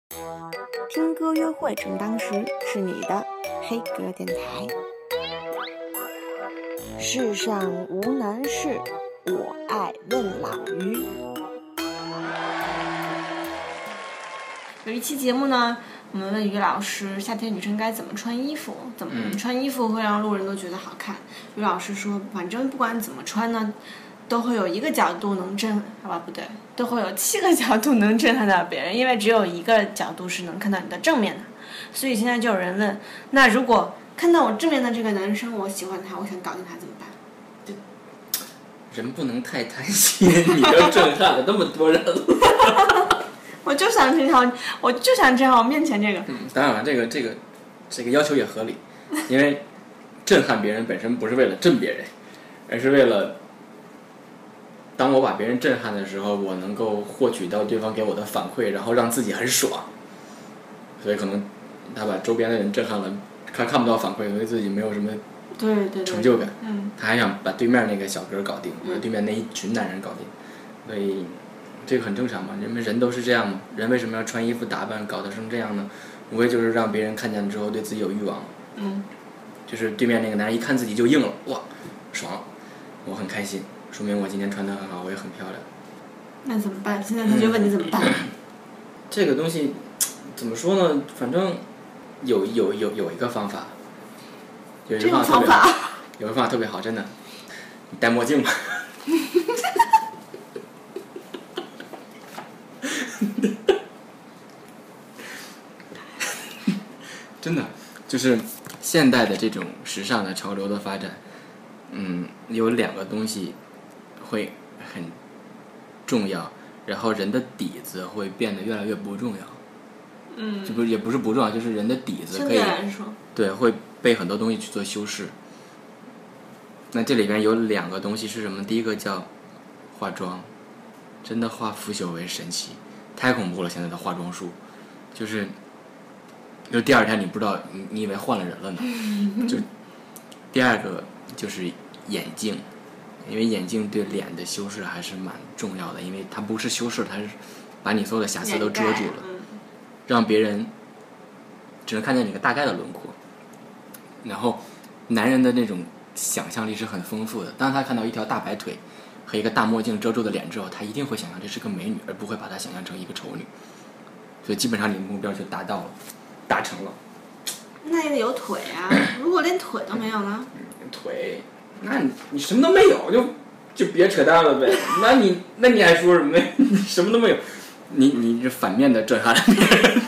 听歌约会正当时，是你的黑歌电台。世上无难事，我爱问老于。有一期节目呢，我们问于老师，夏天女生该怎么穿衣服？怎么穿衣服会让路人都觉得好看？于老师说，反正不管怎么穿呢，都会有一个角度能都会有7个角度能震撼到别人，因为只有一个角度是能看到你的正面的。所以现在就有人问，那如果看到我正面的这个男生，我喜欢他，我想搞定他怎么办？ 人不能太贪心，你都震撼了那么多人了。 我就想站好我面前这个。 当然了，这个要求也合理，因为震撼别人本身不是为了震别人，而是为了当我把别人震撼的时候，我能够获取到对方给我的反馈，然后让自己很爽。所以可能他把周边的人震撼了，他看不到反馈，所以自己没有什么成就感。他还想把对面那个小哥搞定，或者对面那一群男人搞定，所以这个很正常嘛。人都是这样嘛。人为什么要穿衣服打扮搞得成这样呢？无非就是让别人看见了之后对自己有欲望。就是对面那个男人一看自己就硬了，哇，爽，我很开心，说明我今天穿得很好，我也很漂亮。 那怎么办？现在他就问你怎么办？ 这个东西怎么说呢？反正有一个方法，有一个方法特别好，真的，你戴墨镜吧。真的，就是现代的这种时尚的潮流的发展，有2个东西会很重要，然后人的底子会变得越来越不重要。也不是不重要，就是人的底子可以对会被很多东西去做修饰。那这里边有2个东西是什么？第一个叫化妆，真的化腐朽为神奇，太恐怖了！现在的化妆术，就是第二天你不知道，你以为换了人了呢。就第2个就是眼镜，因为眼镜对脸的修饰还是蛮重要的，因为它不是修饰，它是把你所有的瑕疵都遮住了，让别人只能看见你个大概的轮廓。然后男人的那种想象力是很丰富的，当他看到一条大白腿和一个大墨镜遮住的脸之后，他一定会想象这是个美女，而不会把她想象成一个丑女。所以基本上你的目标就达成了。 那也得有腿啊！如果连腿都没有呢？ 腿，那你什么都没有，就别扯淡了呗。那你还说什么？你什么都没有，你是反面的震撼了别人。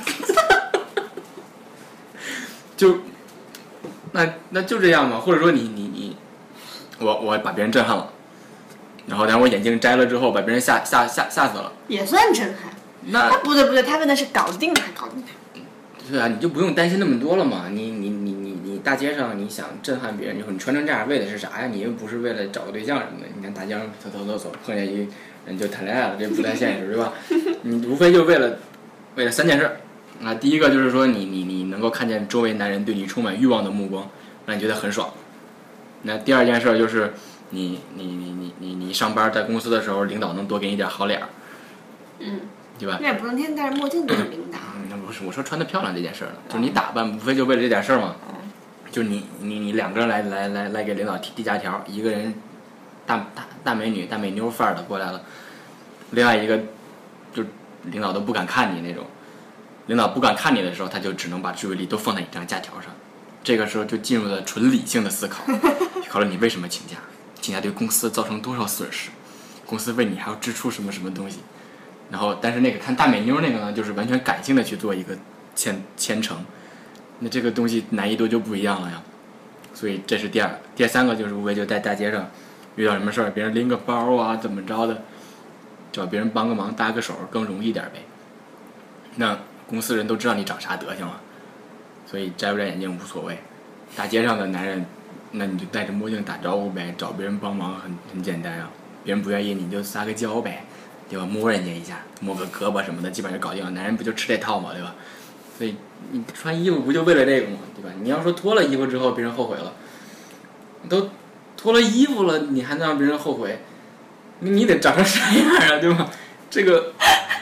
那就这样嘛。或者说我把别人震撼了，然后我眼镜摘了之后把别人吓死了， 也算震撼。那不对，他问的是搞定他。 对啊，你就不用担心那么多了嘛。你大街上你想震撼别人，你穿成这样为的是啥呀？你又不是为了找个对象什么的。你看大街上走碰见一人就谈恋爱了，这不太现实，对吧？你无非就为了3件事啊。第一个就是说你能够看见周围男人对你充满欲望的目光，让你觉得很爽。那第2件事就是你上班在公司的时候，领导能多给你点好脸，对吧？ 那也不能天天戴着墨镜对着领导。 那不是我说穿得漂亮这件事了，就是你打扮无非就为了这点事嘛。就是你2个人来给领导递假条，一个人大美女大美妞范儿的过来了，另外一个就领导都不敢看你那种。领导不敢看你的时候，他就只能把注意力都放在你这张假条上。这个时候就进入了纯理性的思考，考虑你为什么请假对公司造成多少损失，公司为你还要支出什么东西。然后但是那个看大美妞那个呢，就是完全感性的去做一个牵程，那这个东西难易度就不一样了呀。所以这是第2个。第3个就是无非就在大街上遇到什么事儿，别人拎个包啊怎么着的，找别人帮个忙搭个手更容易点呗。那公司人都知道你长啥德行了，所以摘不摘眼镜无所谓。大街上的男人，那你就戴着墨镜打招呼呗，找别人帮忙很简单啊。别人不愿意你就撒个娇呗，对吧？摸人家一下，摸个胳膊什么的，基本上就搞定了。男人不就吃这套嘛，对吧？所以你穿衣服不就为了这个嘛，对吧？你要说脱了衣服之后别人后悔了，都脱了衣服了，你还能让别人后悔？你得长成啥样啊，对吧？这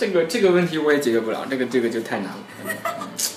这个问题我也解决不了，这个就太难了。